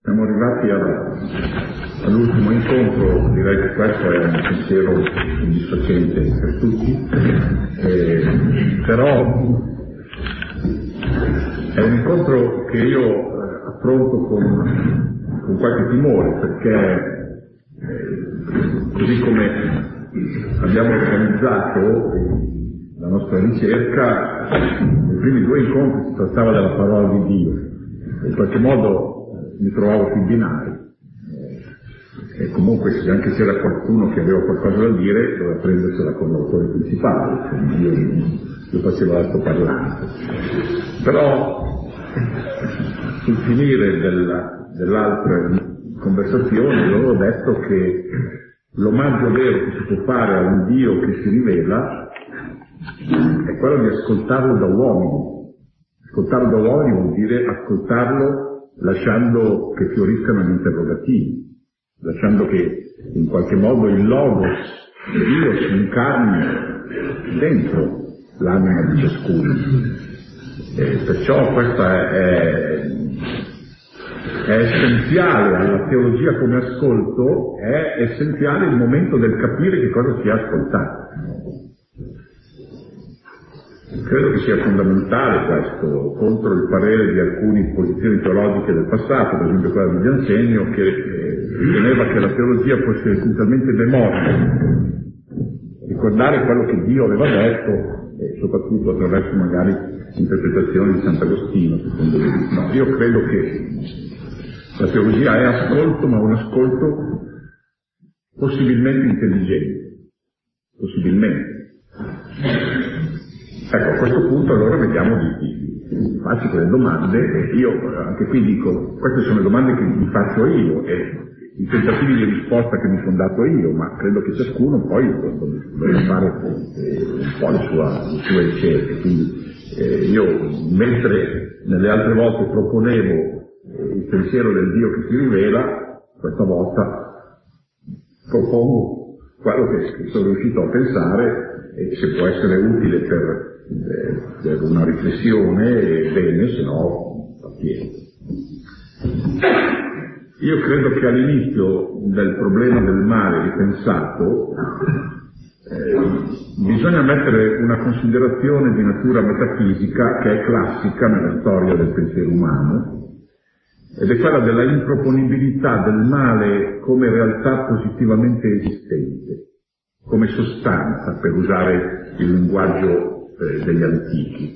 Siamo arrivati all'ultimo incontro, direi che questo è un pensiero soddisfacente per tutti, però è un incontro che io affronto con qualche timore, perché così come abbiamo organizzato la nostra ricerca, nei primi due incontri si trattava della parola di Dio, in qualche modo mi trovavo sui binari, e comunque anche se era qualcuno che aveva qualcosa da dire doveva prendersela con l'autore principale, io facevo l'altoparlante. Però sul finire dell'altra conversazione avevo detto che l'omaggio vero che si può fare a un Dio che si rivela è quello di ascoltarlo da uomini. Ascoltarlo da uomini vuol dire ascoltarlo lasciando che fioriscano gli interrogativi, lasciando che in qualche modo il Logos di Dio si incarni dentro l'anima di ciascuno. Perciò questa è essenziale alla teologia come ascolto, è essenziale il momento del capire che cosa si è ascoltato. Credo che sia fondamentale questo, contro il parere di alcune posizioni teologiche del passato, per esempio quella di Giansegno, che riteneva che la teologia fosse essenzialmente memoria, ricordare quello che Dio aveva detto, e soprattutto attraverso magari interpretazioni di Sant'Agostino, secondo me. No, io credo che la teologia è ascolto, ma un ascolto possibilmente intelligente, possibilmente. Ecco, a questo punto allora vediamo di farci quelle domande, e io anche qui dico, queste sono le domande che mi faccio io, e i tentativi di risposta che mi sono dato io, ma credo che ciascuno poi deve fare un po' le sue ricerche. Quindi io, mentre nelle altre volte proponevo il pensiero del Dio che si rivela, questa volta propongo quello che sono riuscito a pensare, e se può essere utile per una riflessione, bene, se no pazienza. Io credo che all'inizio del problema del male ripensato bisogna mettere una considerazione di natura metafisica che è classica nella storia del pensiero umano, ed è quella della improponibilità del male come realtà positivamente esistente, come sostanza, per usare il linguaggio degli antichi.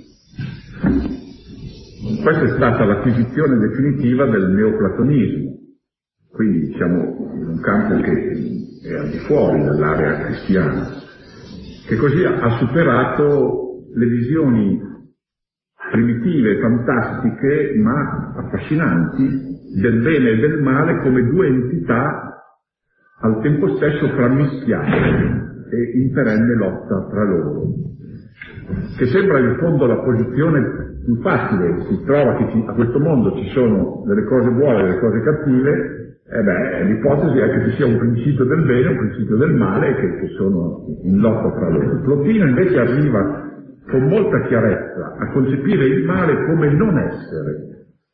Questa è stata l'acquisizione definitiva del neoplatonismo, quindi diciamo in un campo che è al di fuori dell'area cristiana, che così ha superato le visioni primitive, fantastiche, ma affascinanti del bene e del male come due entità al tempo stesso frammischiate e in perenne lotta tra loro, che sembra in fondo la posizione più facile. Si trova che a questo mondo ci sono delle cose buone e delle cose cattive, l'ipotesi è che ci sia un principio del bene e un principio del male che sono in lotta tra loro. Plotino invece arriva con molta chiarezza a concepire il male come non essere.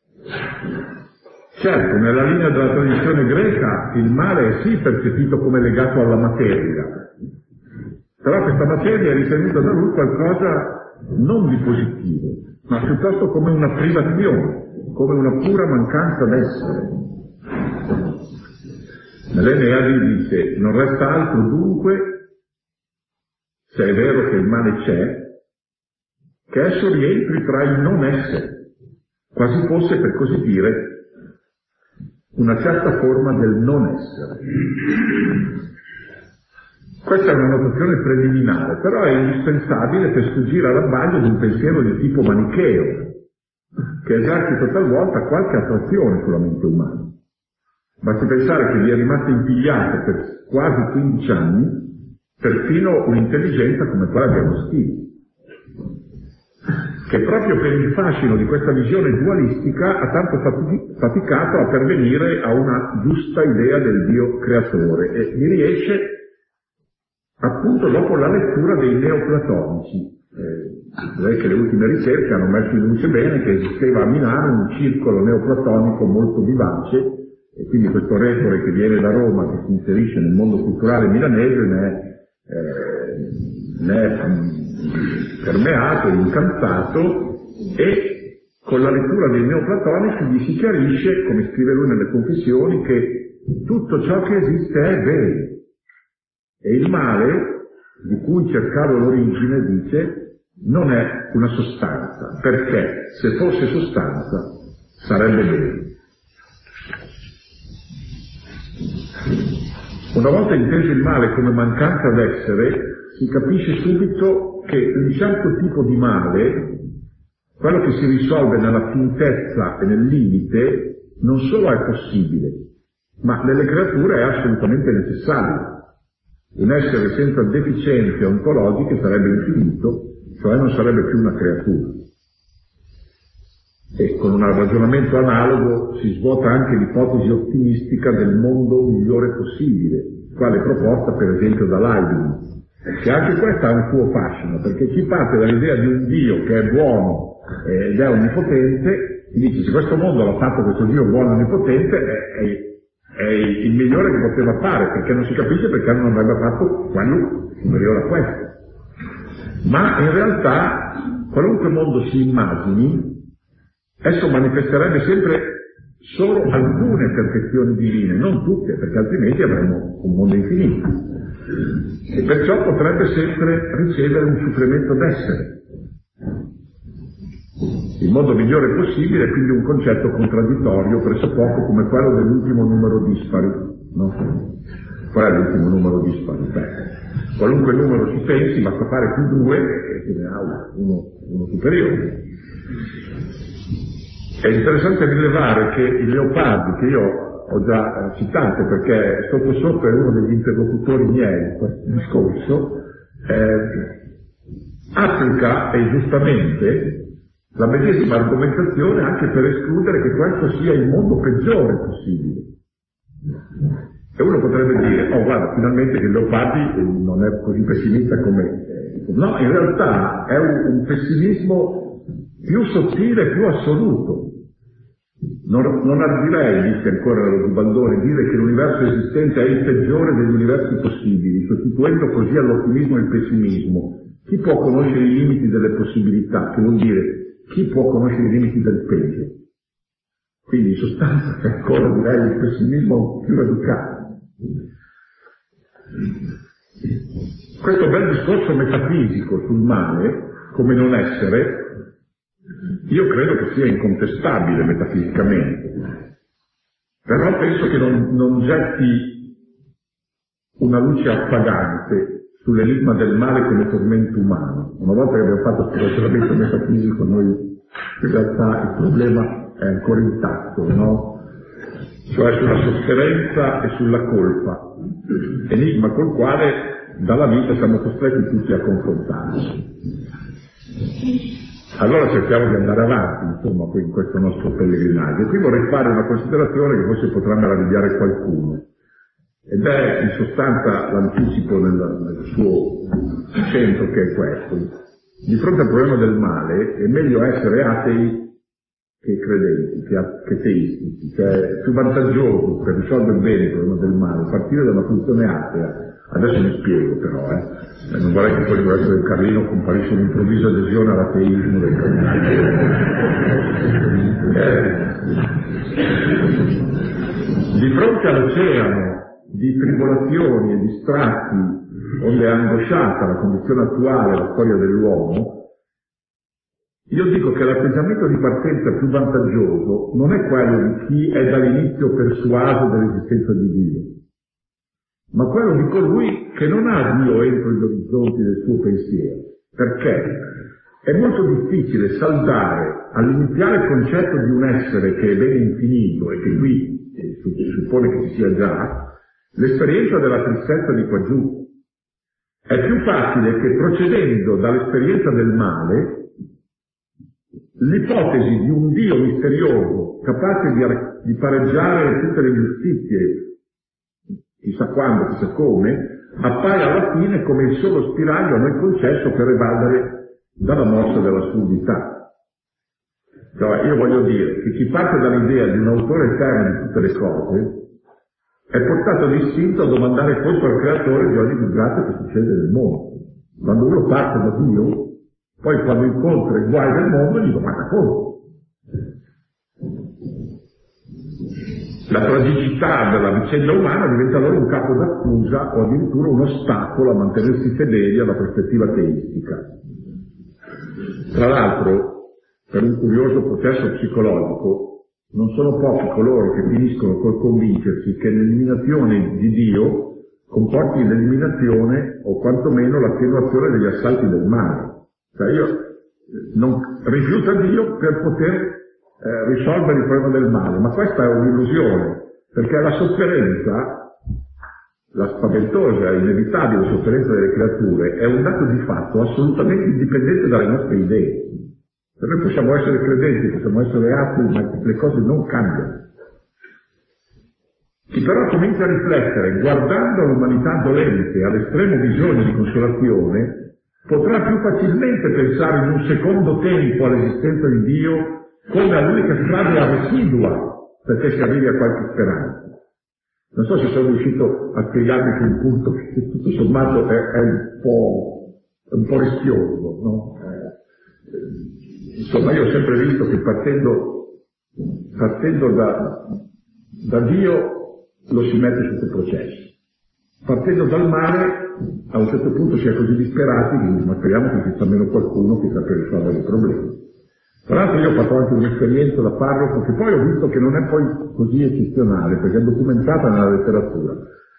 Certo, nella linea della tradizione greca il male è sì percepito come legato alla materia, però questa materia è ritenuta da lui qualcosa non di positivo, ma piuttosto come una privazione, come una pura mancanza d'essere. Nell'Eneadi dice: non resta altro dunque, se è vero che il male c'è, che esso rientri tra il non essere, quasi fosse, per così dire, una certa forma del non essere. Questa è una notazione preliminare, però è indispensabile per sfuggire all'abbaglio di un pensiero di tipo manicheo, che esercita talvolta qualche attrazione sulla mente umana. Basti pensare che gli è rimasta impigliata per quasi 15 anni perfino un'intelligenza come quella di Agostino, che proprio per il fascino di questa visione dualistica ha tanto faticato a pervenire a una giusta idea del Dio creatore, e gli riesce appunto dopo la lettura dei neoplatonici. Direi che le ultime ricerche hanno messo in luce bene che esisteva a Milano un circolo neoplatonico molto vivace, quindi questo retore che viene da Roma, che si inserisce nel mondo culturale milanese, ne è permeato, incantato, e con la lettura dei neoplatonici gli si chiarisce, come scrive lui nelle Confessioni, che tutto ciò che esiste è vero. E il male, di cui cercavo l'origine, dice, non è una sostanza, perché se fosse sostanza sarebbe vero. Una volta inteso il male come mancanza d'essere, si capisce subito che un certo tipo di male, quello che si risolve nella fintezza e nel limite, non solo è possibile, ma nelle creature è assolutamente necessario. Un essere senza deficienze ontologiche sarebbe infinito, cioè non sarebbe più una creatura. E con un ragionamento analogo si svuota anche l'ipotesi ottimistica del mondo migliore possibile, quale proposta per esempio da Leibniz, che anche questa ha un suo fascino, perché chi parte dall'idea di un Dio che è buono ed è onnipotente, dice se questo mondo l'ha fatto questo Dio buono e onnipotente è il migliore che poteva fare, perché non si capisce perché non avrebbe fatto quello superiore a questo. Ma in realtà qualunque mondo si immagini, esso manifesterebbe sempre solo alcune perfezioni divine, non tutte, perché altrimenti avremmo un mondo infinito. E perciò potrebbe sempre ricevere un supplemento d'essere. Il modo migliore possibile è quindi un concetto contraddittorio, pressopoco come quello dell'ultimo numero dispari. No? Qual è l'ultimo numero dispari? Qualunque numero si pensi, basta fare più 2 e ce ne ha uno superiore. È interessante rilevare che il Leopardi, che io ho già citato perché sotto sotto è uno degli interlocutori miei in questo discorso, applica, e giustamente, la medesima argomentazione anche per escludere che questo sia il mondo peggiore possibile. E uno potrebbe dire, oh guarda, finalmente che Leopardi non è così pessimista come... No, in realtà è un pessimismo più sottile, più assoluto. Non ardirei, disse ancora lo Zibaldone, dire che l'universo esistente è il peggiore degli universi possibili, sostituendo così all'ottimismo il pessimismo. Chi può conoscere i limiti delle possibilità? Che vuol dire, chi può conoscere i limiti del peggio? Quindi in sostanza è ancora, direi, il pessimismo più radicato. Questo bel discorso metafisico sul male, come non essere, io credo che sia incontestabile metafisicamente, però penso che non getti una luce appagante sull'enigma del male come tormento umano. Una volta che abbiamo fatto questo ragionamento metafisico, noi in realtà il problema è ancora intatto, no? Cioè sulla sofferenza e sulla colpa, enigma col quale dalla vita siamo costretti tutti a confrontarci. Allora cerchiamo di andare avanti, insomma, in questo nostro pellegrinaggio. Qui vorrei fare una considerazione che forse potrà meravigliare qualcuno, ed è in sostanza l'anticipo nel suo centro, che è questo. Di fronte al problema del male è meglio essere atei che credenti, che teisti, cioè è più vantaggioso per risolvere bene il problema del male partire da una funzione atea. Adesso mi spiego però, non vorrei che poi il resto del Carlino comparisse un'improvvisa adesione all'ateismo del Carlino. Di fronte all'oceano di tribolazioni e di strati onde è angosciata la condizione attuale, la storia dell'uomo, io dico che l'atteggiamento di partenza più vantaggioso non è quello di chi è dall'inizio persuaso dell'esistenza di Dio, ma quello di colui che non ha Dio entro gli orizzonti del suo pensiero, perché è molto difficile saldare all'iniziale concetto di un essere che è bene infinito e che qui si suppone che ci sia già, l'esperienza della tristezza di qua giù. È più facile che procedendo dall'esperienza del male, l'ipotesi di un Dio misterioso capace di pareggiare tutte le ingiustizie, chissà quando, chissà come, appaia alla fine come il solo spiraglio a noi concesso per evadere dalla morsa della surdità. Cioè, io voglio dire che chi parte dall'idea di un autore eterno di tutte le cose è portato distinto a domandare conto al creatore di ogni disgrazia che succede nel mondo. Quando uno parte da Dio, poi quando incontra i guai del mondo gli domanda conto. La tragicità della vicenda umana diventa allora un capo d'accusa o addirittura un ostacolo a mantenersi fedeli alla prospettiva teistica. Tra l'altro, per un curioso processo psicologico, non sono pochi coloro che finiscono col convincersi che l'eliminazione di Dio comporti l'eliminazione o quantomeno l'attenuazione degli assalti del male. Cioè io rifiuto Dio per poter risolvere il problema del male, ma questa è un'illusione, perché la sofferenza, la spaventosa e inevitabile sofferenza delle creature è un dato di fatto assolutamente indipendente dalle nostre idee. Per noi possiamo essere credenti, possiamo essere atei, ma le cose non cambiano. Chi però comincia a riflettere, guardando l'umanità dolente e all'estremo bisogno di consolazione, potrà più facilmente pensare in un secondo tempo all'esistenza di Dio come all'unica strada residua perché si arrivi a qualche speranza. Non so se sono riuscito a spiegarvi quel punto che tutto sommato è un po' rischioso, no? Insomma, io ho sempre visto che partendo da Dio lo si mette sotto processo. Partendo dal male, a un certo punto si è così disperati che ma speriamo che ci sia almeno qualcuno che sappia risolvere il problema. Tra l'altro io ho fatto anche un'esperienza da parroco che poi ho visto che non è poi così eccezionale, perché è documentata nella letteratura.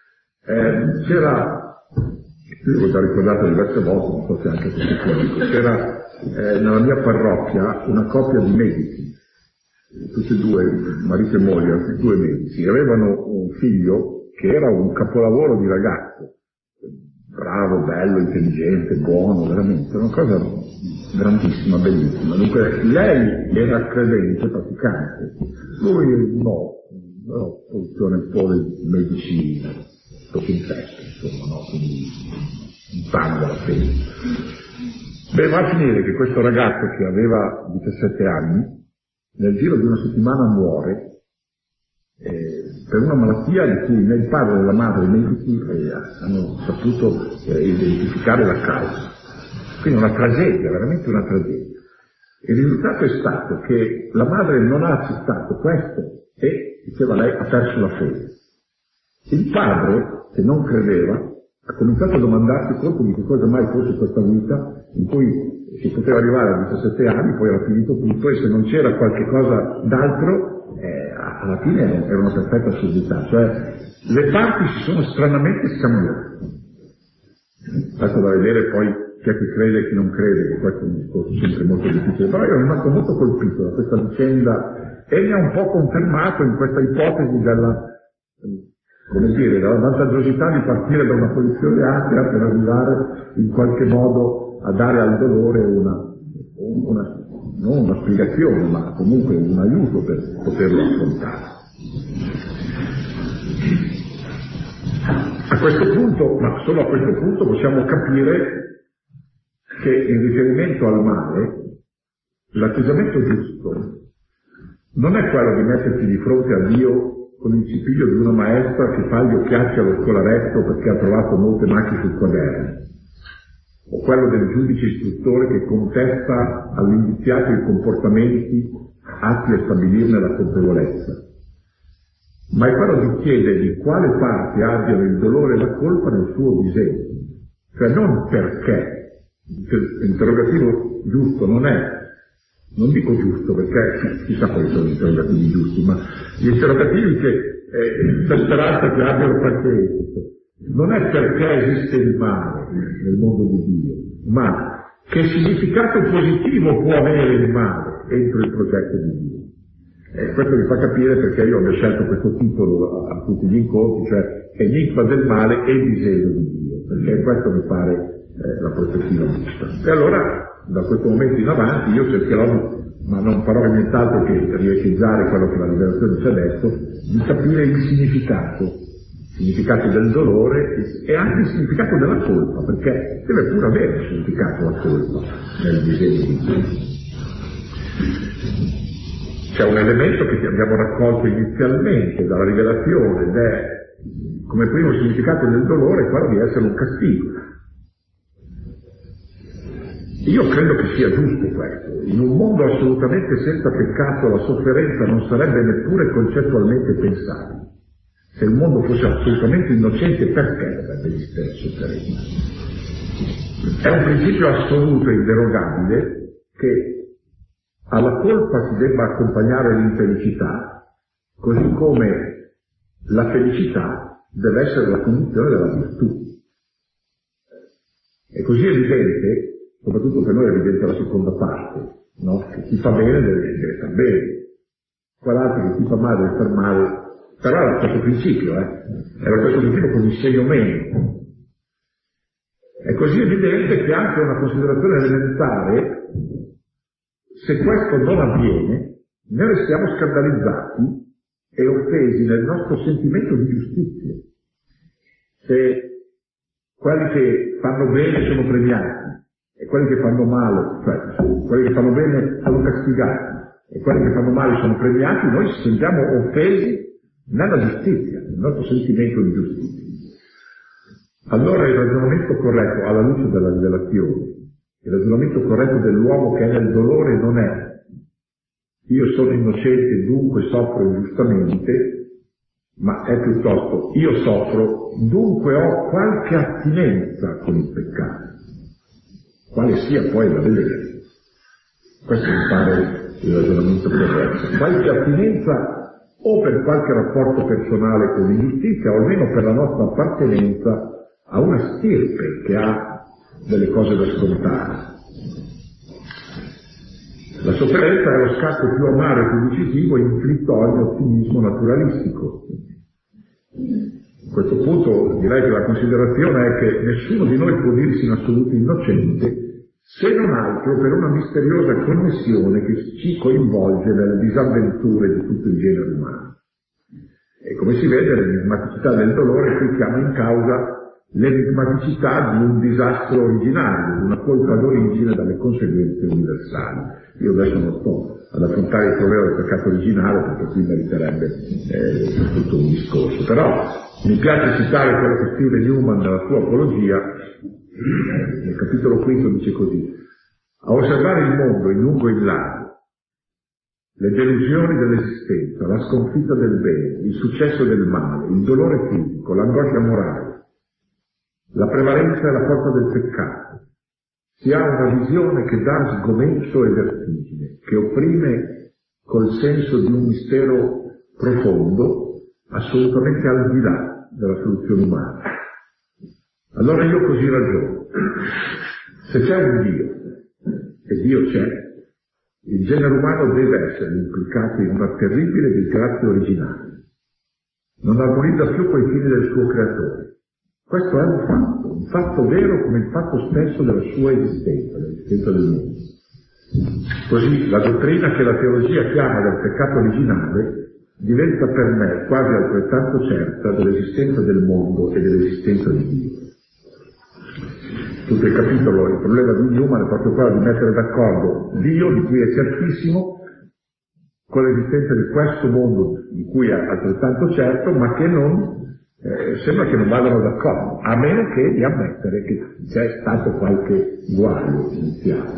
L'ho già ricordato diverse volte, non so se anche questo c'era nella mia parrocchia una coppia di medici, tutti e due, marito e moglie, anche due medici, avevano un figlio che era un capolavoro di ragazzo, bravo, bello, intelligente, buono, veramente, una cosa grandissima, bellissima. Dunque, lei era credente, praticante, lui no, produzione un po' di medicina, proprio in testa, insomma, no, quindi un tango alla fine. Beh, va a finire che questo ragazzo che aveva 17 anni, nel giro di una settimana muore per una malattia di cui né il padre né la madre né i medici hanno saputo identificare la causa. Quindi una tragedia, veramente una tragedia. Il risultato è stato che la madre non ha accettato questo e, diceva lei, ha perso la fede. Il padre, che non credeva, ha cominciato a domandarsi conto di che cosa mai fosse questa vita in cui si poteva arrivare a 17 anni, poi era finito tutto e se non c'era qualche cosa d'altro, alla fine era una perfetta assurdità. Cioè, le parti si sono stranamente scambiate. Basta da vedere poi chi è che crede e chi non crede, che questo è un discorso sempre molto difficile. Però io sono rimasto molto colpito da questa vicenda e mi ha un po' confermato in questa ipotesi della vantaggiosità di partire da una posizione atea per arrivare in qualche modo a dare al dolore non una spiegazione, ma comunque un aiuto per poterlo affrontare. A questo punto, ma solo a questo punto, possiamo capire che in riferimento al male, l'atteggiamento giusto non è quello di mettersi di fronte a Dio con il cipiglio di una maestra che fa gli occhiacci allo scolaretto perché ha trovato molte macchie sul quaderno, o quello del giudice istruttore che contesta all'indiziato i comportamenti atti a stabilirne la colpevolezza, ma è quello di chiedere di quale parte abbiano il dolore e la colpa nel suo disegno, cioè non perché. L'interrogativo giusto non è, non dico giusto perché chissà quali sono gli interrogativi giusti, ma gli interrogativi che per speranza che abbiano qualche esito, non è perché esiste il male nel mondo di Dio, ma che significato positivo può avere il male entro il progetto di Dio. Questo mi fa capire perché io abbia scelto questo titolo a tutti gli incontri, cioè Enigma del male e il disegno di Dio, perché questo mi pare la prospettiva giusta. E allora, da questo momento in avanti, io cercherò, ma non farò nient'altro che riecheggiare quello che la rivelazione ci ha detto, di capire il significato del dolore e anche il significato della colpa, perché deve pure avere il significato la colpa nel disegno di Dio. c'è un elemento che abbiamo raccolto inizialmente dalla rivelazione ed è, come primo significato del dolore, quello di essere un castigo. Io credo che sia giusto questo. In un mondo assolutamente senza peccato la sofferenza non sarebbe neppure concettualmente pensabile. Se il mondo fosse assolutamente innocente, perché dovrebbe esistere la sofferenza? È un principio assoluto e inderogabile che alla colpa si debba accompagnare l'infelicità, così come la felicità deve essere la condizione della virtù. È così evidente, soprattutto per noi è evidente la seconda parte, no? Che chi fa bene deve star bene, quell'altro che chi fa male deve star male, però era questo principio, era questo principio con il segno meno. È così evidente che anche una considerazione elementare, se questo non avviene, noi restiamo scandalizzati e offesi nel nostro sentimento di giustizia. Se quelli che fanno bene sono premiati, e quelli che fanno male, cioè quelli che fanno bene sono castigati, e quelli che fanno male sono premiati, noi ci sentiamo offesi nella giustizia, nel nostro sentimento di giustizia. Allora il ragionamento corretto, alla luce della rivelazione, il ragionamento corretto dell'uomo che è nel dolore non è io sono innocente, dunque soffro ingiustamente, ma è piuttosto io soffro, dunque ho qualche attinenza con il peccato, quale sia poi da vedere. Questo mi pare il ragionamento corretto. Qualche attinenza o per qualche rapporto personale con l'ingiustizia, o almeno per la nostra appartenenza a una stirpe che ha delle cose da scontare. La sofferenza è lo scatto più amaro e più decisivo inflitto a ogni ottimismo naturalistico. A questo punto direi che la considerazione è che nessuno di noi può dirsi in assoluto innocente, se non altro per una misteriosa connessione che ci coinvolge nelle disavventure di tutto il genere umano. E come si vede, l'enigmaticità del dolore qui chiama in causa l'enigmaticità di un disastro originario, di una colpa d'origine dalle conseguenze universali. Io adesso non sto ad affrontare il problema del peccato originale, perché qui meriterebbe tutto un discorso. Però mi piace citare quello che scrive Newman nella sua apologia, nel capitolo 5 dice così: a osservare il mondo in lungo e in largo, le delusioni dell'esistenza, la sconfitta del bene, il successo del male, il dolore fisico, l'angoscia morale, la prevalenza e la forza del peccato, si ha una visione che dà sgomento e vertigine, che opprime col senso di un mistero profondo, assolutamente al di là della soluzione umana. Allora io così ragiono: se c'è un Dio, e Dio c'è, il genere umano deve essere implicato in una terribile disgrazia originale. Non armonizza più coi fini del suo creatore. Questo è un fatto vero come il fatto stesso della sua esistenza, dell'esistenza del mondo. Così la dottrina che la teologia chiama del peccato originale diventa per me quasi altrettanto certa dell'esistenza del mondo e dell'esistenza di Dio. Tutto il capitolo, il problema di Newman è proprio quello di mettere d'accordo Dio, di cui è certissimo, con l'esistenza di questo mondo, di cui è altrettanto certo, ma che non sembra che non vadano d'accordo, a meno che di ammettere che c'è stato qualche guaio iniziale.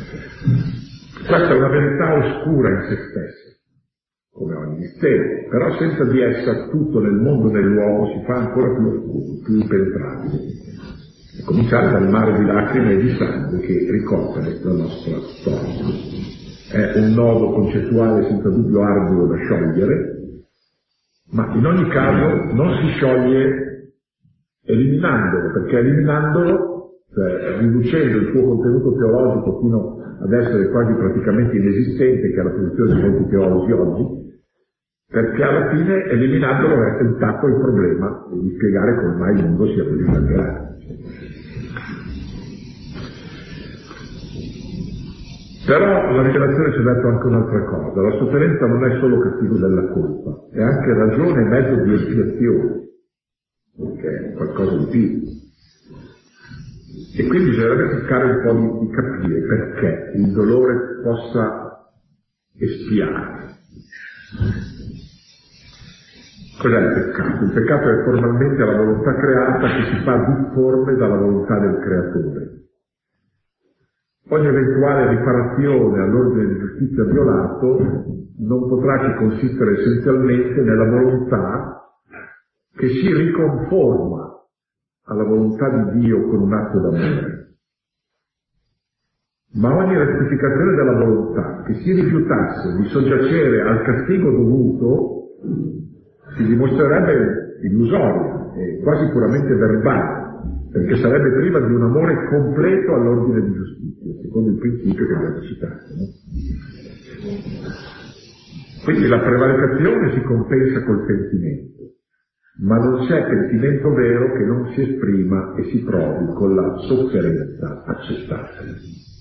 Questa è una verità oscura in se stessa, come ogni mistero, però senza di essa tutto nel mondo dell'uomo si fa ancora più oscuro, più impenetrabile. A cominciare dal mare di lacrime e di sangue che ricopre la nostra storia. È un nodo concettuale senza dubbio arduo da sciogliere, ma in ogni caso non si scioglie eliminandolo, perché eliminandolo, cioè riducendo il suo contenuto teologico fino ad essere quasi praticamente inesistente, che è la posizione di molti teologi oggi, perché alla fine eliminandolo è tentato il problema di spiegare come mai il mondo sia così cambiato. Però la rivelazione ci ha detto anche un'altra cosa: la sofferenza non è solo castigo della colpa, è anche ragione e mezzo di espiazione, che è qualcosa di più. E quindi bisognerebbe cercare un po' di capire perché il dolore possa espiare, Cos'è il peccato? Il peccato è formalmente la volontà creata che si fa difforme dalla volontà del creatore. Ogni eventuale riparazione all'ordine di giustizia violato non potrà che consistere essenzialmente nella volontà che si riconforma alla volontà di Dio con un atto d'amore. Ma ogni rettificazione della volontà che si rifiutasse di soggiacere al castigo dovuto si dimostrerebbe illusoria e quasi puramente verbale, perché sarebbe priva di un amore completo all'ordine di giustizia, secondo il principio che abbiamo citato. No? Quindi la prevaricazione si compensa col pentimento, ma non c'è pentimento vero che non si esprima e si provi con la sofferenza accettabile.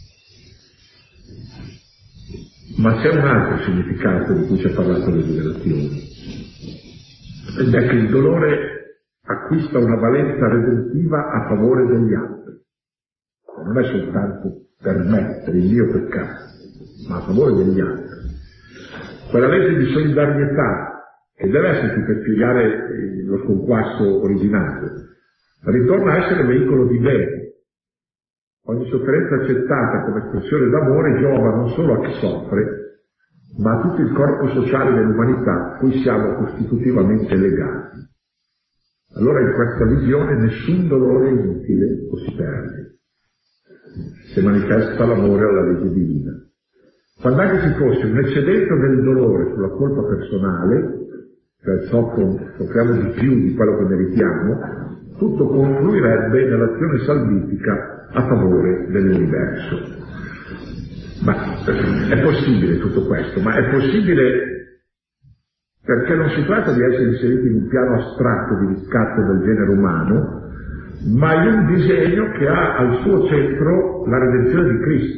Ma c'è un altro significato di cui ci ha parlato le rivelazioni, ed è che il dolore acquista una valenza redentiva a favore degli altri. Non è soltanto per me, per il mio peccato, ma a favore degli altri. Quella legge di solidarietà, che deve esserci per spiegare lo sconquasso originario, ritorna a essere veicolo di bene. Ogni sofferenza accettata come espressione d'amore giova non solo a chi soffre, ma a tutto il corpo sociale dell'umanità cui siamo costitutivamente legati. Allora in questa visione nessun dolore è inutile o si perde, se manifesta l'amore alla legge divina. Quando anche ci fosse un eccedente del dolore sulla colpa personale, cioè soffriamo di più di quello che meritiamo, tutto confluirebbe nell'azione salvifica a favore dell'universo. Ma è possibile tutto questo, ma è possibile perché non si tratta di essere inseriti in un piano astratto di riscatto del genere umano, ma in un disegno che ha al suo centro la redenzione di Cristo.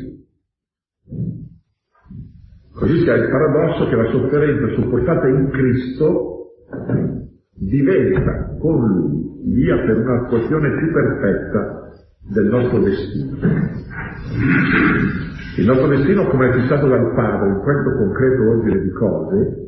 Così c'è il paradosso che la sofferenza sopportata in Cristo diventa con Lui via per un'attuazione più perfetta del nostro destino. Il nostro destino, come è fissato dal Padre in questo concreto ordine di cose,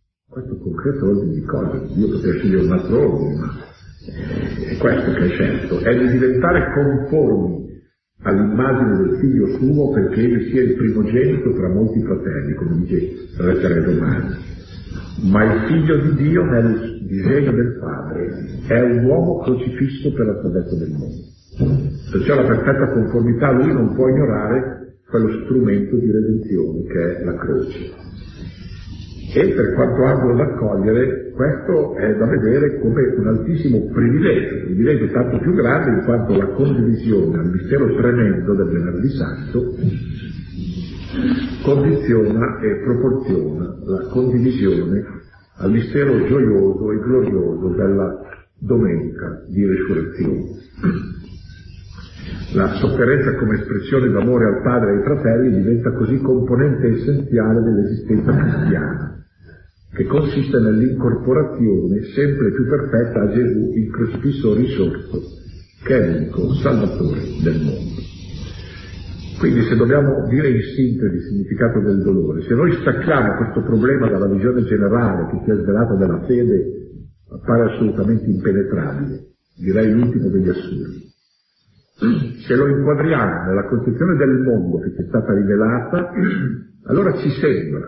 Dio poteva scegliere un altro ordine, ma è questo che è scelto, è di diventare conformi all'immagine del figlio suo perché egli sia il primogenito tra molti fratelli, come dice la lettera ai Romani. Ma il figlio di Dio nel disegno del Padre è un uomo crocifisso per la salvezza del mondo. Perciò la perfetta conformità lui non può ignorare quello strumento di redenzione che è la croce. E per quanto arduo da accogliere, questo è da vedere come un altissimo privilegio tanto più grande in quanto la condivisione al mistero tremendo del Venerdì Santo condiziona e proporziona la condivisione al mistero gioioso e glorioso della domenica di risurrezione. La sofferenza come espressione d'amore al Padre e ai fratelli diventa così componente essenziale dell'esistenza cristiana, che consiste nell'incorporazione sempre più perfetta a Gesù, il crocifisso risorto, che è l'unico Salvatore del mondo. Quindi, se dobbiamo dire in sintesi il significato del dolore, se noi stacchiamo questo problema dalla visione generale che si è svelata della fede, appare assolutamente impenetrabile, direi l'ultimo degli assurdi. Se lo inquadriamo nella concezione del mondo che ci è stata rivelata, allora ci sembra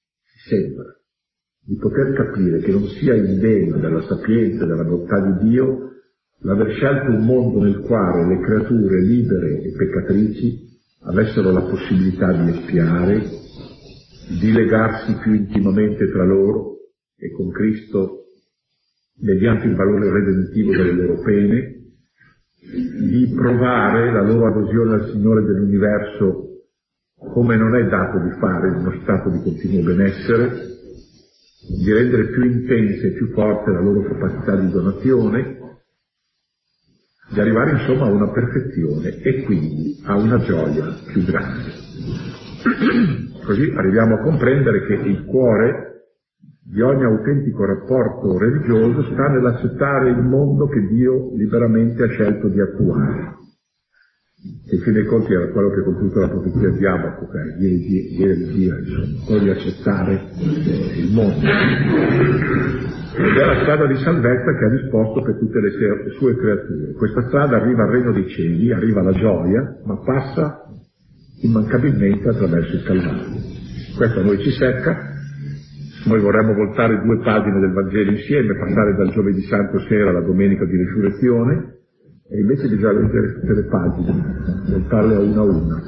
di poter capire che non sia indegno della sapienza e della bontà di Dio l'aver scelto un mondo nel quale le creature libere e peccatrici avessero la possibilità di espiare, di legarsi più intimamente tra loro e con Cristo mediante il valore redentivo delle loro pene, di provare la loro adesione al Signore dell'universo come non è dato di fare in uno stato di continuo benessere, di rendere più intensa e più forte la loro capacità di donazione, di arrivare insomma a una perfezione e quindi a una gioia più grande. Così arriviamo a comprendere che il cuore di ogni autentico rapporto religioso sta nell'accettare il mondo che Dio liberamente ha scelto di attuare. che in fin dei conti era quello che ha compiuto la profezia di Abacuc, dire di Dio, insomma, quello di accettare il mondo. Ed è la strada di salvezza che ha disposto per tutte le sue creature. Questa strada arriva al regno dei cieli, arriva alla gioia, ma passa immancabilmente attraverso il Calvario. Questo a noi ci secca. Noi vorremmo voltare 2 pagine del Vangelo insieme, passare dal giovedì santo sera alla domenica di risurrezione, e invece bisogna leggere tutte le pagine, voltarle a una.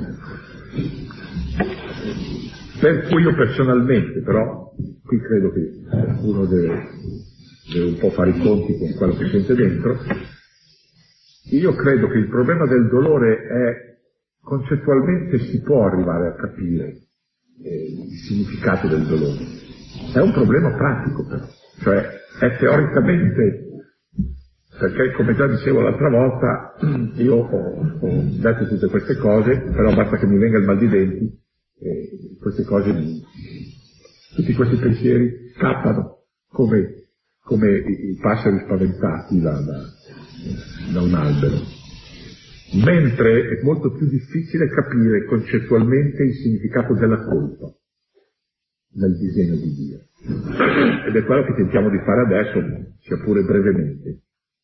Per cui io personalmente, però, qui credo che uno deve un po' fare i conti con quello che sente dentro, io credo che il problema del dolore è, concettualmente si può arrivare a capire il significato del dolore. È un problema pratico però, cioè è teoricamente, perché come già dicevo l'altra volta, io ho detto tutte queste cose, però basta che mi venga il mal di denti, queste cose, tutti questi pensieri scappano come i passeri spaventati da un albero. Mentre è molto più difficile capire concettualmente il significato della colpa nel disegno di Dio. Ed è quello che tentiamo di fare adesso, sia pure brevemente.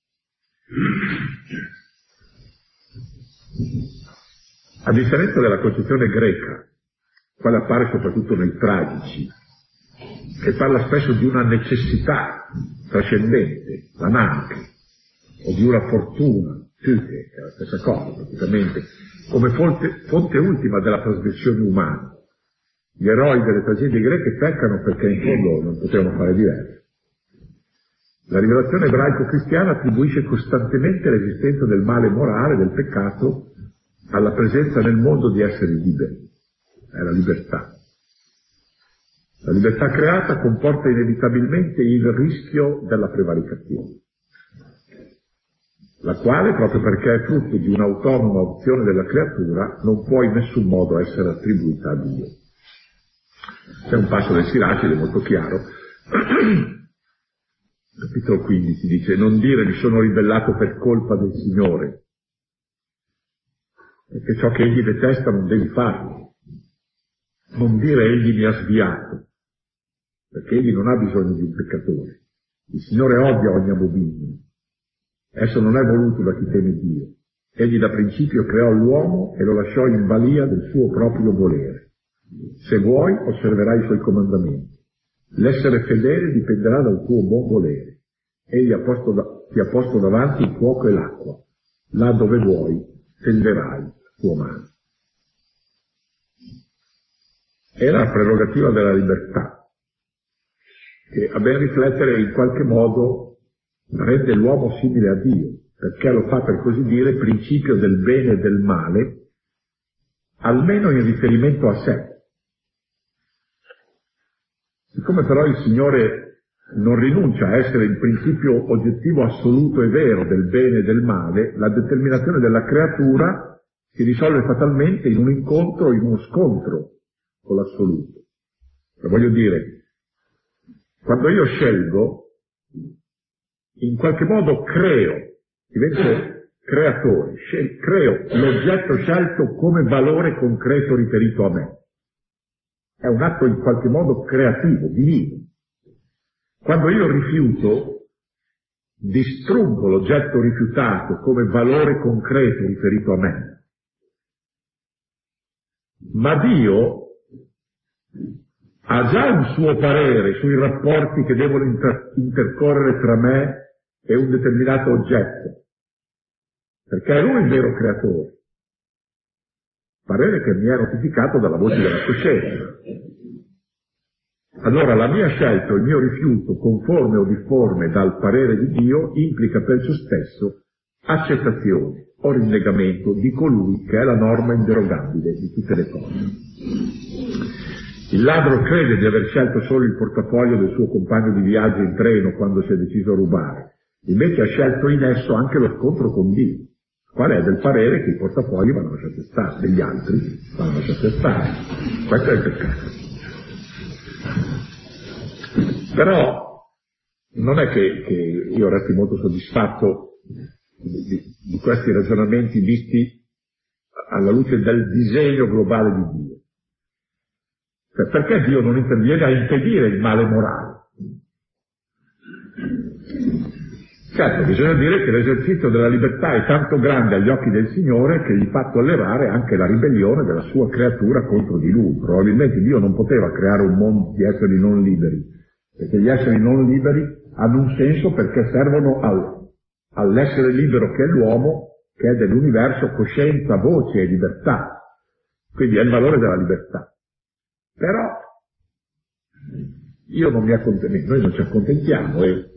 A differenza della concezione greca, quale appare soprattutto nei tragici, che parla spesso di una necessità trascendente, l'ananche, o di una fortuna, che è la stessa cosa praticamente, come fonte ultima della trasgressione umana. Gli eroi delle tragedie greche peccano perché in fondo non potevano fare diverso. La rivelazione ebraico-cristiana attribuisce costantemente l'esistenza del male morale, del peccato, alla presenza nel mondo di esseri liberi. È la libertà. La libertà creata comporta inevitabilmente il rischio della prevaricazione, la quale, proprio perché è frutto di un'autonoma opzione della creatura, non può in nessun modo essere attribuita a Dio. C'è un passo del Siracide molto chiaro, capitolo 15, dice: non dire mi sono ribellato per colpa del Signore, perché ciò che egli detesta non devi farlo. Non dire egli mi ha sviato, perché egli non ha bisogno di un peccatore. Il Signore odia ogni abominio. Esso non è voluto da chi teme Dio. Egli da principio creò l'uomo e lo lasciò in balia del suo proprio volere. Se vuoi, osserverai i suoi comandamenti. L'essere fedele dipenderà dal tuo buon volere. Egli ti ha posto davanti il fuoco e l'acqua. Là dove vuoi, tenderai la tua mano. È la prerogativa della libertà, che a ben riflettere in qualche modo rende l'uomo simile a Dio, perché lo fa, per così dire, principio del bene e del male, almeno in riferimento a sé. Siccome però il Signore non rinuncia a essere il principio oggettivo assoluto e vero del bene e del male, la determinazione della creatura si risolve fatalmente in un incontro, in uno scontro con l'assoluto. Voglio dire, quando io scelgo, in qualche modo creo, divento creatore, creo l'oggetto scelto come valore concreto riferito a me. È un atto in qualche modo creativo, divino. Quando io rifiuto, distruggo l'oggetto rifiutato come valore concreto riferito a me. Ma Dio ha già un suo parere sui rapporti che devono intercorrere tra me e un determinato oggetto, perché è Lui il vero creatore. Parere che mi è notificato dalla voce della coscienza. Allora la mia scelta o il mio rifiuto, conforme o difforme dal parere di Dio, implica per esso stesso accettazione o rinnegamento di colui che è la norma inderogabile di tutte le cose. Il ladro crede di aver scelto solo il portafoglio del suo compagno di viaggio in treno quando si è deciso a rubare, invece ha scelto in esso anche lo scontro con Dio, qual è del parere che i portafogli vanno lasciati stare, degli altri vanno lasciati stare. Questo è il peccato. Però non è che io resti molto soddisfatto di questi ragionamenti visti alla luce del disegno globale di Dio. Cioè, perché Dio non interviene a impedire il male morale? Certo, bisogna dire che l'esercizio della libertà è tanto grande agli occhi del Signore che gli fa tollerare anche la ribellione della sua creatura contro di Lui. Probabilmente Dio non poteva creare un mondo di esseri non liberi, perché gli esseri non liberi hanno un senso perché servono all'essere libero che è l'uomo, che è dell'universo, coscienza, voce e libertà. Quindi è il valore della libertà. Però io non mi accontento, noi non ci accontentiamo e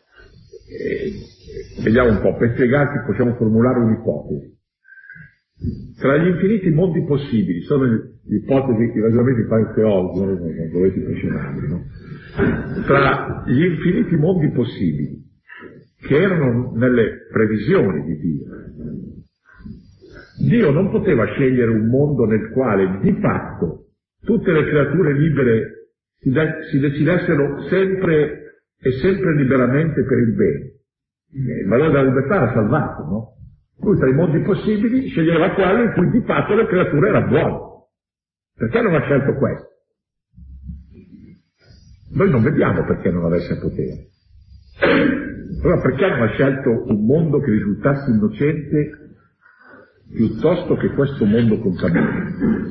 vediamo un po', per spiegarci possiamo formulare un'ipotesi. Tra gli infiniti mondi possibili, sono ipotesi, i ragionamenti panteologi, non dovete impressionarvi, no? Tra gli infiniti mondi possibili, che erano nelle previsioni di Dio non poteva scegliere un mondo nel quale di fatto tutte le creature libere si decidessero sempre e sempre liberamente per il bene. Il valore della libertà era salvato, no? Lui tra i mondi possibili sceglieva quello in cui di fatto le creature erano buone. Perché non ha scelto questo? Noi non vediamo perché non avesse potere. Allora perché non ha scelto un mondo che risultasse innocente piuttosto che questo mondo contaminato?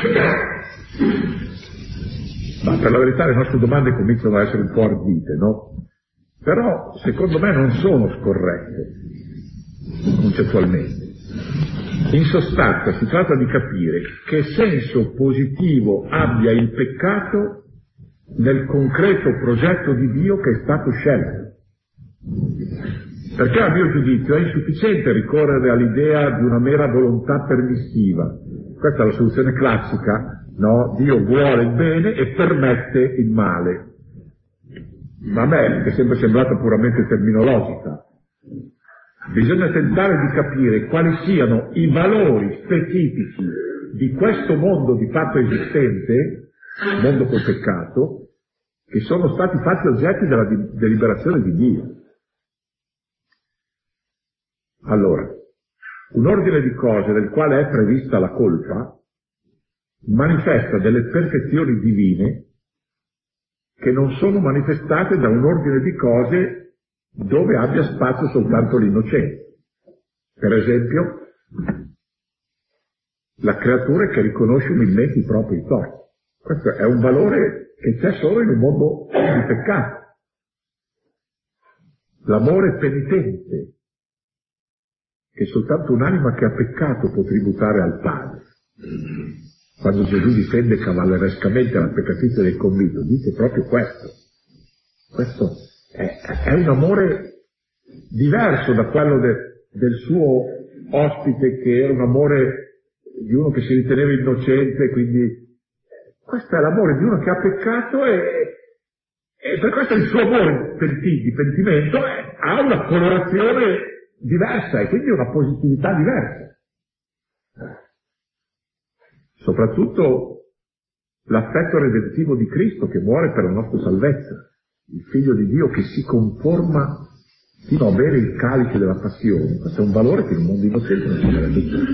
Ma per la verità le nostre domande cominciano a essere un po' ardite, no? Però secondo me non sono scorrette concettualmente. In sostanza si tratta di capire che senso positivo abbia il peccato nel concreto progetto di Dio che è stato scelto. Perché a mio giudizio è insufficiente ricorrere all'idea di una mera volontà permissiva. Questa è la soluzione classica, no? Dio vuole il bene e permette il male. Ma a me è sempre sembrata puramente terminologica. Bisogna tentare di capire quali siano i valori specifici di questo mondo di fatto esistente, mondo col peccato, che sono stati fatti oggetti della deliberazione di Dio. Allora, un ordine di cose del quale è prevista la colpa manifesta delle perfezioni divine che non sono manifestate da un ordine di cose dove abbia spazio soltanto l'innocenza. Per esempio, la creatura che riconosce umilmente i propri torti. Questo è un valore che c'è solo in un mondo di peccato. L'amore penitente, che soltanto un'anima che ha peccato può tributare al Padre. Quando Gesù difende cavallerescamente la peccatizia del convito, dice proprio questo. Questo è un amore diverso da quello del suo ospite, che era un amore di uno che si riteneva innocente, quindi questo è l'amore di uno che ha peccato e per questo il suo amore di pentimento ha una colorazione diversa e quindi una positività diversa. Soprattutto l'affetto redentivo di Cristo che muore per la nostra salvezza, il Figlio di Dio che si conforma fino a bere il calice della passione. Questo è un valore che in un mondo innocente non si sarebbe visto.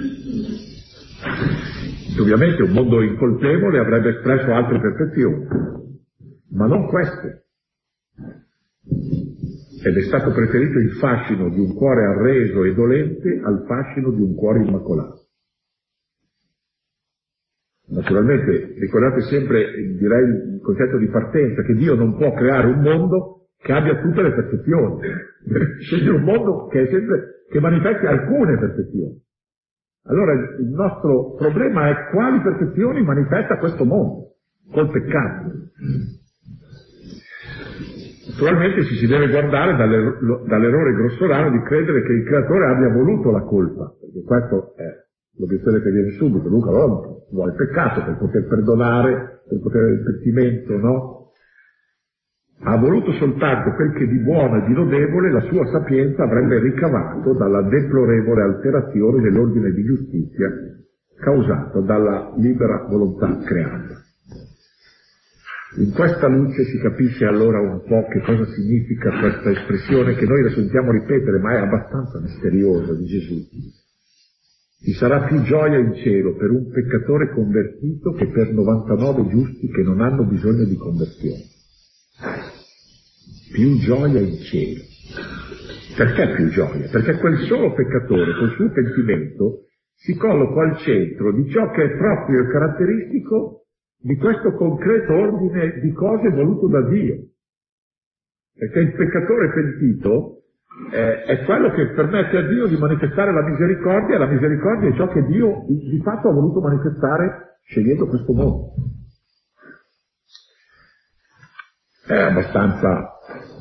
Ovviamente un mondo incolpevole avrebbe espresso altre perfezioni, ma non queste. Ed è stato preferito il fascino di un cuore arreso e dolente al fascino di un cuore immacolato. Naturalmente, ricordate sempre, direi, il concetto di partenza, che Dio non può creare un mondo che abbia tutte le perfezioni. Sceglie un mondo che manifesti alcune perfezioni. Allora il nostro problema è quali perfezioni manifesta questo mondo, col peccato. Naturalmente ci si deve guardare dall'errore grossolano di credere che il creatore abbia voluto la colpa, perché questo è l'obiezione che viene subito. Luca vuole il peccato per poter perdonare, per poter avere il pentimento, no? Ha voluto soltanto quel che di buono e di lodevole la sua sapienza avrebbe ricavato dalla deplorevole alterazione dell'ordine di giustizia causato dalla libera volontà creata. In questa luce si capisce allora un po' che cosa significa questa espressione che noi la sentiamo ripetere, ma è abbastanza misteriosa, di Gesù. Ci sarà più gioia in cielo per un peccatore convertito che per 99 giusti che non hanno bisogno di conversione. Più gioia in cielo. Perché più gioia? Perché quel solo peccatore, col suo pentimento, si colloca al centro di ciò che è proprio e caratteristico di questo concreto ordine di cose voluto da Dio. Perché il peccatore pentito è quello che permette a Dio di manifestare la misericordia, e la misericordia è ciò che Dio di fatto ha voluto manifestare scegliendo questo mondo. È abbastanza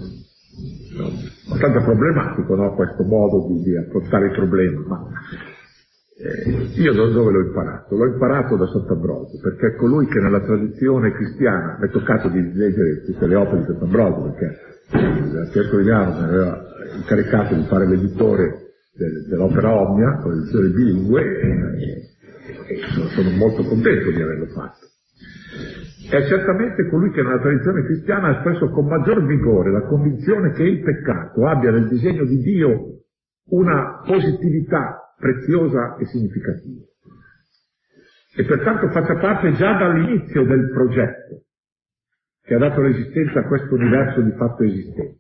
problematico, no? Questo modo di affrontare il problema, ma io dove l'ho imparato? L'ho imparato da Sant'Ambrogio, perché è colui che nella tradizione cristiana mi è toccato di leggere tutte le opere di Sant'Ambrogio, perché il Pietro Vigliano mi aveva incaricato di fare l'editore dell'opera Omnia, con l'edizione bilingue, e sono molto contento di averlo fatto. È certamente colui che nella tradizione cristiana ha espresso con maggior vigore la convinzione che il peccato abbia nel disegno di Dio una positività preziosa e significativa, e pertanto faccia parte già dall'inizio del progetto che ha dato l'esistenza a questo universo di fatto esistente.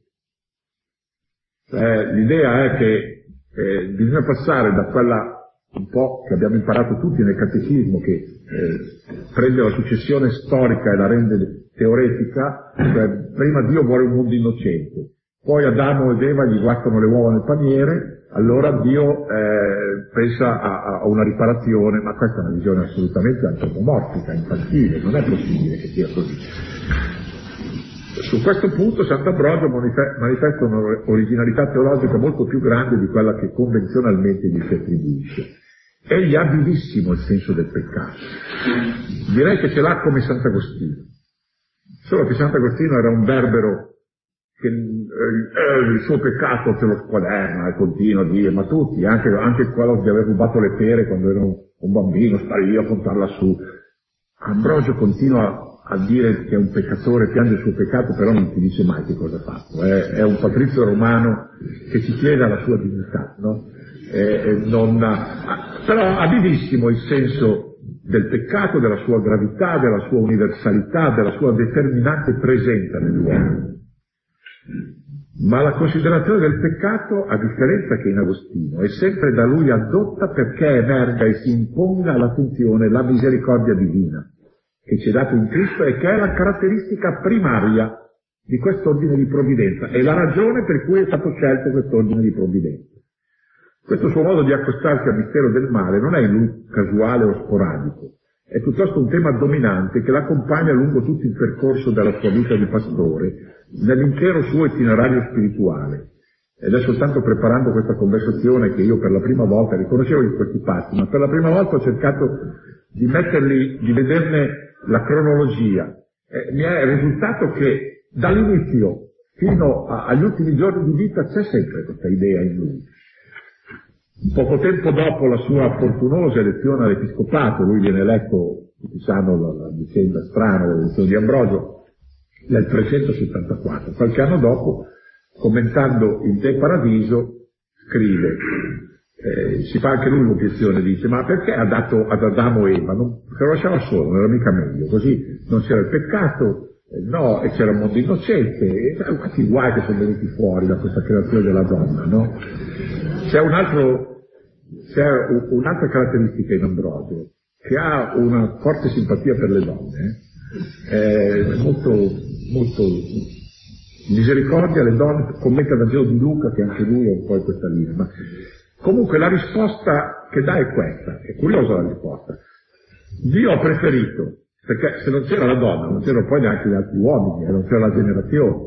L'idea è che bisogna passare da quella un po' che abbiamo imparato tutti nel catechismo, che prende la successione storica e la rende teoretica, cioè prima Dio vuole un mondo innocente, poi Adamo ed Eva gli guastano le uova nel paniere, allora Dio pensa a una riparazione, ma questa è una visione assolutamente antropomorfica, infantile, non è possibile che sia così. Su questo punto Sant'Ambrogio manifesta un'originalità teologica molto più grande di quella che convenzionalmente gli si attribuisce. Egli ha vivissimo il senso del peccato. Direi che ce l'ha come Sant'Agostino. Solo che Sant'Agostino era un berbero che il suo peccato se lo squaderna e continua a dire, ma tutti, anche quello di aver rubato le pere quando era un bambino, stare lì a contarla su. Ambrogio continua a dire che è un peccatore, piange il suo peccato, però non ti dice mai che cosa ha fatto. È un patrizio romano che ci chiede la sua dignità, no? Però ha vivissimo il senso del peccato, della sua gravità, della sua universalità, della sua determinante presenza nell'uomo. Ma la considerazione del peccato, a differenza che in Agostino, è sempre da lui addotta perché emerga e si imponga all'attenzione la misericordia divina che ci è dato in Cristo e che è la caratteristica primaria di quest'ordine di provvidenza, è la ragione per cui è stato scelto quest'ordine di provvidenza. Questo suo modo di accostarsi al mistero del male non è in lui casuale o sporadico, è piuttosto un tema dominante che l'accompagna lungo tutto il percorso della sua vita di pastore, nell'intero suo itinerario spirituale. Ed è soltanto preparando questa conversazione che io per la prima volta, riconoscevo in questi passi, ma per la prima volta ho cercato di vederne la cronologia. Mi è risultato che dall'inizio fino agli ultimi giorni di vita c'è sempre questa idea in lui. Poco tempo dopo la sua fortunosa elezione all'episcopato, lui viene eletto, tutti sanno la vicenda strana dell'elezione di Ambrogio, nel 374. Qualche anno dopo, commentando il De Paradiso, scrive, si fa anche lui l'obiezione, dice, ma perché ha dato ad Adamo e Eva? Se lo lasciava solo, non era mica meglio, così non c'era il peccato, no, e c'era un mondo innocente, e quanti guai che sono venuti fuori da questa creazione della donna, no? C'è un'altra caratteristica in Ambrogio, che ha una forte simpatia per le donne, molto misericordia alle donne, commenta il Vangelo di Luca, che anche lui è un po' in questa linea, ma comunque la risposta che dà è questa, è curiosa la risposta. Dio ha preferito, perché se non c'era la donna, non c'erano poi neanche gli altri uomini, non c'era la generazione.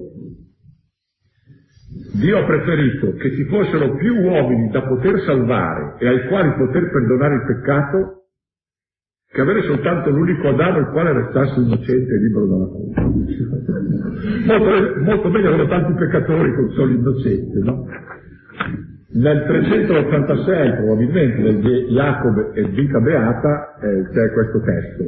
Dio ha preferito che ci fossero più uomini da poter salvare e ai quali poter perdonare il peccato, che avere soltanto l'unico Adamo il quale restasse innocente e libero dalla colpa. Molto meglio avere tanti peccatori con solo innocenti, no? Nel 386 probabilmente del Jacob e Vita Beata c'è questo testo.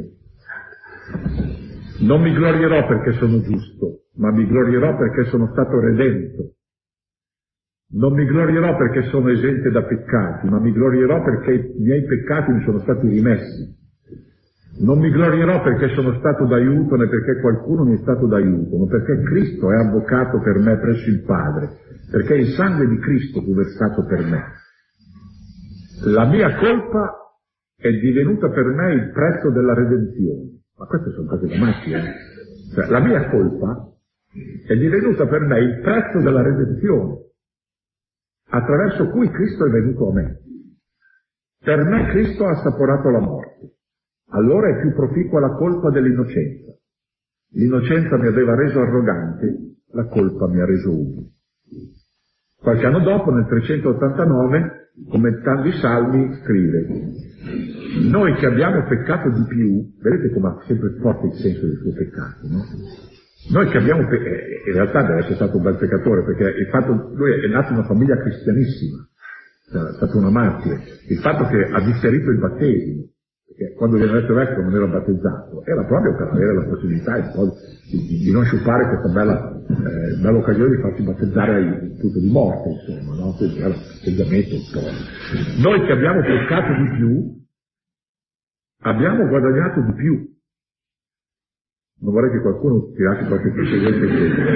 Non mi glorierò perché sono giusto, ma mi glorierò perché sono stato redento. Non mi glorierò perché sono esente da peccati, ma mi glorierò perché i miei peccati mi sono stati rimessi. Non mi glorierò perché sono stato d'aiuto, né perché qualcuno mi è stato d'aiuto, ma perché Cristo è avvocato per me presso il Padre, perché il sangue di Cristo fu versato per me. La mia colpa è divenuta per me il prezzo della redenzione. Ma queste sono cose da matti, Cioè, la mia colpa è divenuta per me il prezzo della redenzione, attraverso cui Cristo è venuto a me. Per me Cristo ha assaporato la morte. Allora è più proficua la colpa dell'innocenza. L'innocenza mi aveva reso arrogante, la colpa mi ha reso umile. Qualche anno dopo, nel 389, commentando i Salmi, scrive: noi che abbiamo peccato di più, vedete come ha sempre forte il senso del suo peccato, no? Noi che abbiamo in realtà deve essere stato un bel peccatore, perché il fatto, lui è nato in una famiglia cristianissima, è stato una martire, il fatto che ha differito il battesimo, perché quando viene detto vescovo non era battezzato, era proprio per avere la possibilità di non sciupare questa bella occasione di farsi battezzare in punto di morte, insomma, no? Quindi era l'atteggiamento un po'. Noi che abbiamo peccato di più, abbiamo guadagnato di più. Non vorrei che qualcuno tirasse qualche precedente in questo.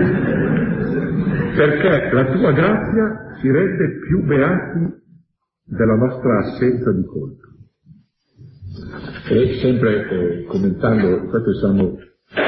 Perché la tua grazia ci rende più beati della nostra assenza di colpa. E sempre commentando, questo è il Salmo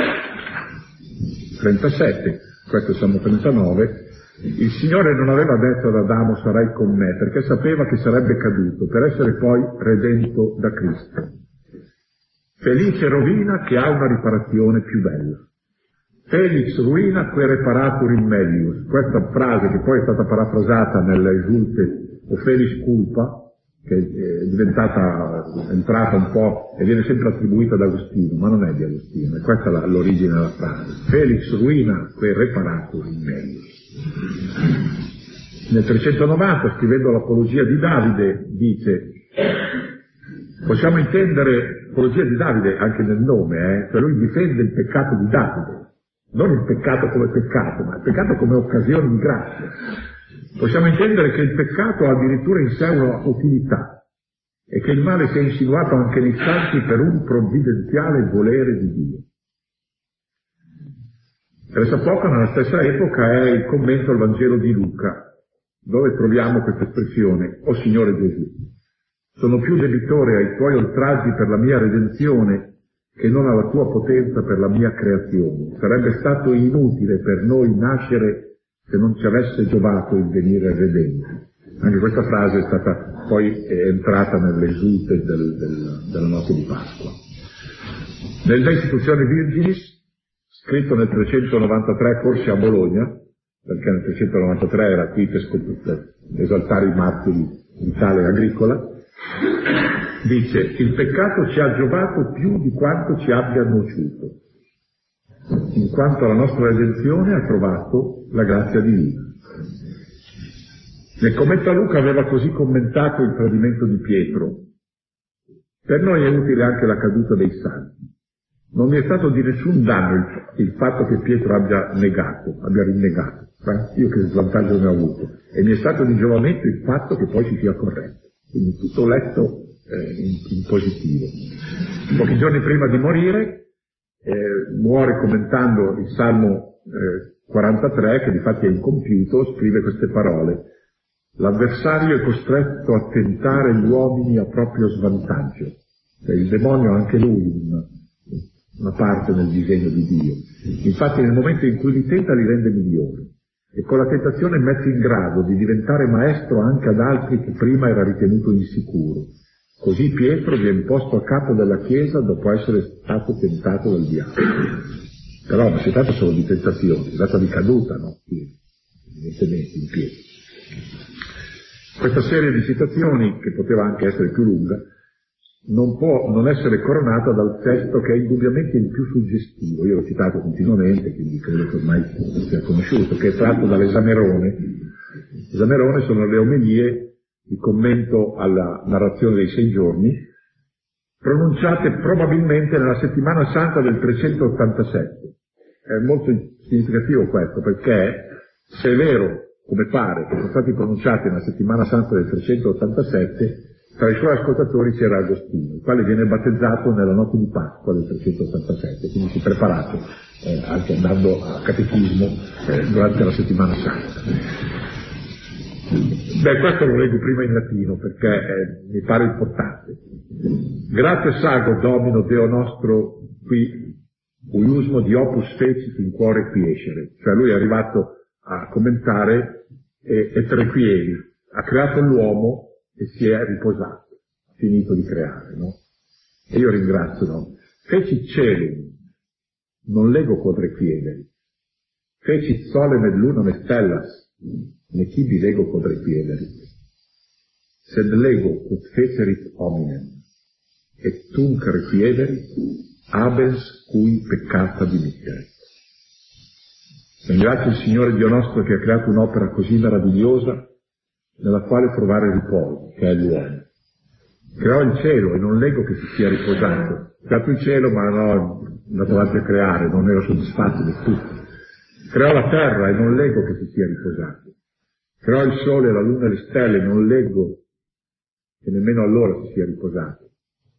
37, questo è il Salmo 39, il Signore non aveva detto ad Adamo sarai con me, perché sapeva che sarebbe caduto, per essere poi redento da Cristo. Felice rovina che ha una riparazione più bella. Felix ruina que reparatur in melius. Questa frase che poi è stata parafrasata nell'Esulte o Felix culpa, che è entrata un po' e viene sempre attribuita ad Agostino, ma non è di Agostino, è questa l'origine della frase. Felix ruina que reparatur in melius. Nel 390, scrivendo l'Apologia di Davide, dice: possiamo intendere l'Apologia di Davide anche nel nome, cioè lui difende il peccato di Davide, non il peccato come peccato, ma il peccato come occasione di grazia. Possiamo intendere che il peccato ha addirittura in sé una utilità e che il male sia insinuato anche nei santi per un provvidenziale volere di Dio. Pressa poco, nella stessa epoca, è il commento al Vangelo di Luca, dove troviamo questa espressione: o Signore Gesù, sono più debitore ai tuoi oltraggi per la mia redenzione che non alla tua potenza per la mia creazione. Sarebbe stato inutile per noi nascere se non ci avesse giovato il venire redenti. Anche questa frase è stata poi entrata nell'esulte della notte di Pasqua. Nel De Institutione Virginis, scritto nel 393, forse a Bologna, perché nel 393 era qui per esaltare i martiri di tale Agricola, dice: il peccato ci ha giovato più di quanto ci abbia nociuto, in quanto la nostra redenzione ha trovato la grazia divina. Nel commento a Luca aveva così commentato il tradimento di Pietro: per noi è utile anche la caduta dei santi. Non mi è stato di nessun danno il fatto che Pietro abbia rinnegato. Io che svantaggio ne ho avuto. E mi è stato di giovamento il fatto che poi si sia corretto. Quindi tutto letto in positivo. Pochi giorni prima di morire, muore commentando il Salmo 43, che difatti è incompiuto, scrive queste parole: l'avversario è costretto a tentare gli uomini a proprio svantaggio. Cioè, il demonio ha anche lui una parte nel disegno di Dio. Infatti nel momento in cui li tenta li rende migliori, e con la tentazione mette in grado di diventare maestro anche ad altri che prima era ritenuto insicuro. Così Pietro viene posto a capo della Chiesa dopo essere stato tentato dal diavolo. Però non si tratta solo di tentazione, si tratta di caduta, no? Evidentemente in piedi. Questa serie di citazioni, che poteva anche essere più lunga, non può non essere coronata dal testo che è indubbiamente il più suggestivo. Io l'ho citato continuamente, quindi credo che ormai sia conosciuto, che è tratto dall'Esamerone. L'Esamerone sono le omelie di commento alla narrazione dei 6 giorni, pronunciate probabilmente nella settimana santa del 387. È molto significativo questo, perché se è vero come pare, che sono stati pronunciati nella settimana santa del 387, tra i suoi ascoltatori c'era Agostino, il quale viene battezzato nella notte di Pasqua del 387, quindi si è preparato anche andando a catechismo durante la settimana santa. Questo lo leggo prima in latino perché mi pare importante. Grazie sago Domino Deo nostro qui uiusmo di opus fecit in cuore quiescere, cioè lui è arrivato a commentare e requieri, ha creato l'uomo e si è riposato, ha finito di creare, no? E io ringrazio, no? Fecit celum, non lego quod requiederi, fecit solem et lunam et stellas, ne tibi lego quod requiederi, sed lego quod fecerit hominem, et tunc requiederi, abens cui peccata dimittere. Ringrazio il Signore Dio nostro che ha creato un'opera così meravigliosa nella quale trovare riposo, che è l'uomo. Creò il cielo e non leggo che si sia riposato. Ho creato il cielo ma no, andato avanti a creare, non ero soddisfatto di tutto. Creò la terra e non leggo che si sia riposato. Creò il sole, la luna e le stelle, non leggo che nemmeno allora si sia riposato.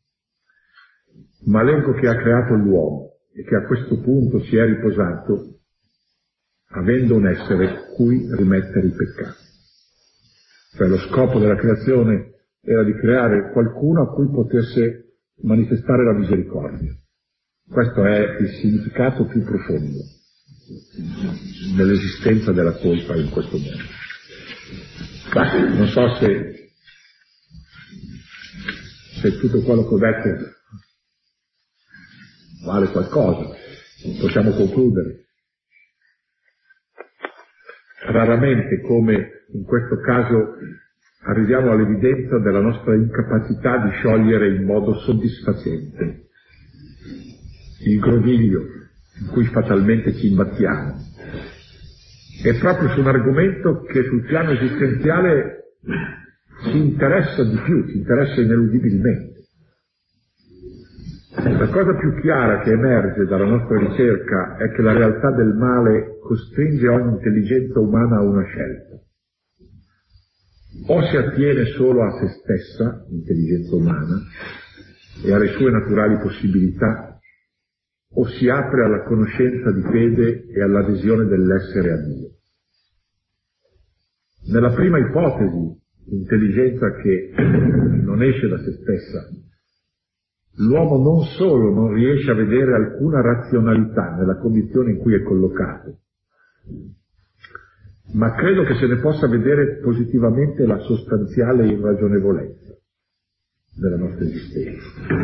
Ma leggo che ha creato l'uomo e che a questo punto si è riposato avendo un essere cui rimettere i peccati. Cioè lo scopo della creazione era di creare qualcuno a cui potesse manifestare la misericordia. Questo è il significato più profondo dell'esistenza della colpa in questo mondo. Non so se tutto quello che ho detto vale qualcosa, possiamo concludere. Raramente, come in questo caso, arriviamo all'evidenza della nostra incapacità di sciogliere in modo soddisfacente il groviglio in cui fatalmente ci imbattiamo. È proprio su un argomento che sul piano esistenziale ci interessa di più, ci interessa ineludibilmente. La cosa più chiara che emerge dalla nostra ricerca è che la realtà del male costringe ogni intelligenza umana a una scelta. O si attiene solo a se stessa, l'intelligenza umana, e alle sue naturali possibilità, o si apre alla conoscenza di fede e all'adesione dell'essere a Dio. Nella prima ipotesi, l'intelligenza che non esce da se stessa, l'uomo non solo non riesce a vedere alcuna razionalità nella condizione in cui è collocato, ma credo che se ne possa vedere positivamente la sostanziale irragionevolezza della nostra esistenza.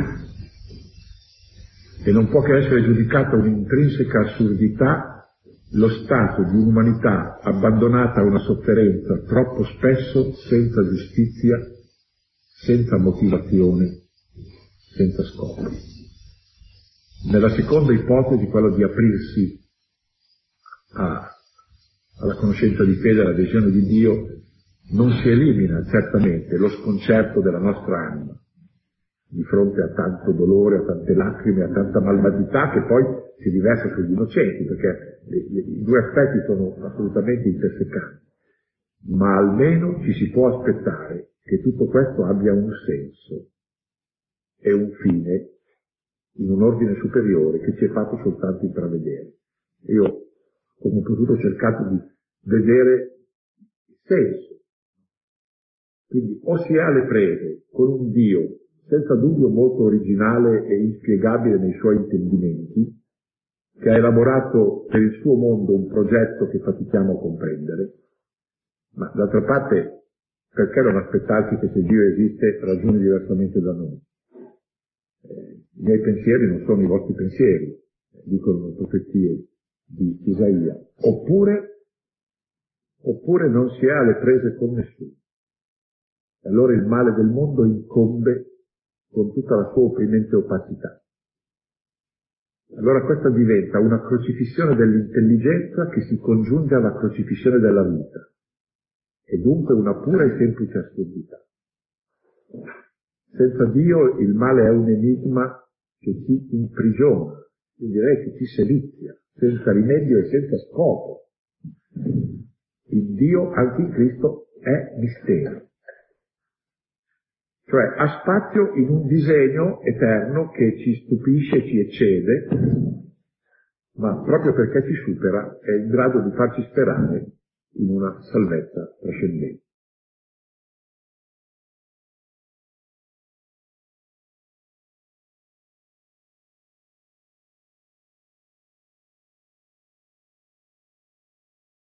E non può che essere giudicata un'intrinseca assurdità lo stato di un'umanità abbandonata a una sofferenza troppo spesso senza giustizia, senza motivazione, senza scopo. Nella seconda ipotesi, quello di aprirsi alla conoscenza di fede e all'adesione di Dio, non si elimina certamente lo sconcerto della nostra anima di fronte a tanto dolore, a tante lacrime, a tanta malvagità che poi si riversa sugli innocenti, perché i due aspetti sono assolutamente intersecanti. Ma almeno ci si può aspettare che tutto questo abbia un senso e un fine in un ordine superiore che ci è fatto soltanto intravedere. Io, come ho potuto, ho cercato di vedere il senso. Quindi o si è alle prese con un Dio senza dubbio molto originale e inspiegabile nei suoi intendimenti, che ha elaborato per il suo mondo un progetto che fatichiamo a comprendere, ma d'altra parte perché non aspettarsi che se Dio esiste ragioni diversamente da noi? I miei pensieri non sono i vostri pensieri, dicono le profezie di Isaia. Oppure non si è alle prese con nessuno. E allora il male del mondo incombe con tutta la sua opprimente opacità. Allora questa diventa una crocifissione dell'intelligenza che si congiunge alla crocifissione della vita, e dunque una pura e semplice assurdità. Senza Dio il male è un enigma che ti imprigiona, io direi che ti selizia, senza rimedio e senza scopo. il Dio anche in Cristo è mistero. Cioè ha spazio in un disegno eterno che ci stupisce, ci eccede, ma proprio perché ci supera è in grado di farci sperare in una salvezza trascendente.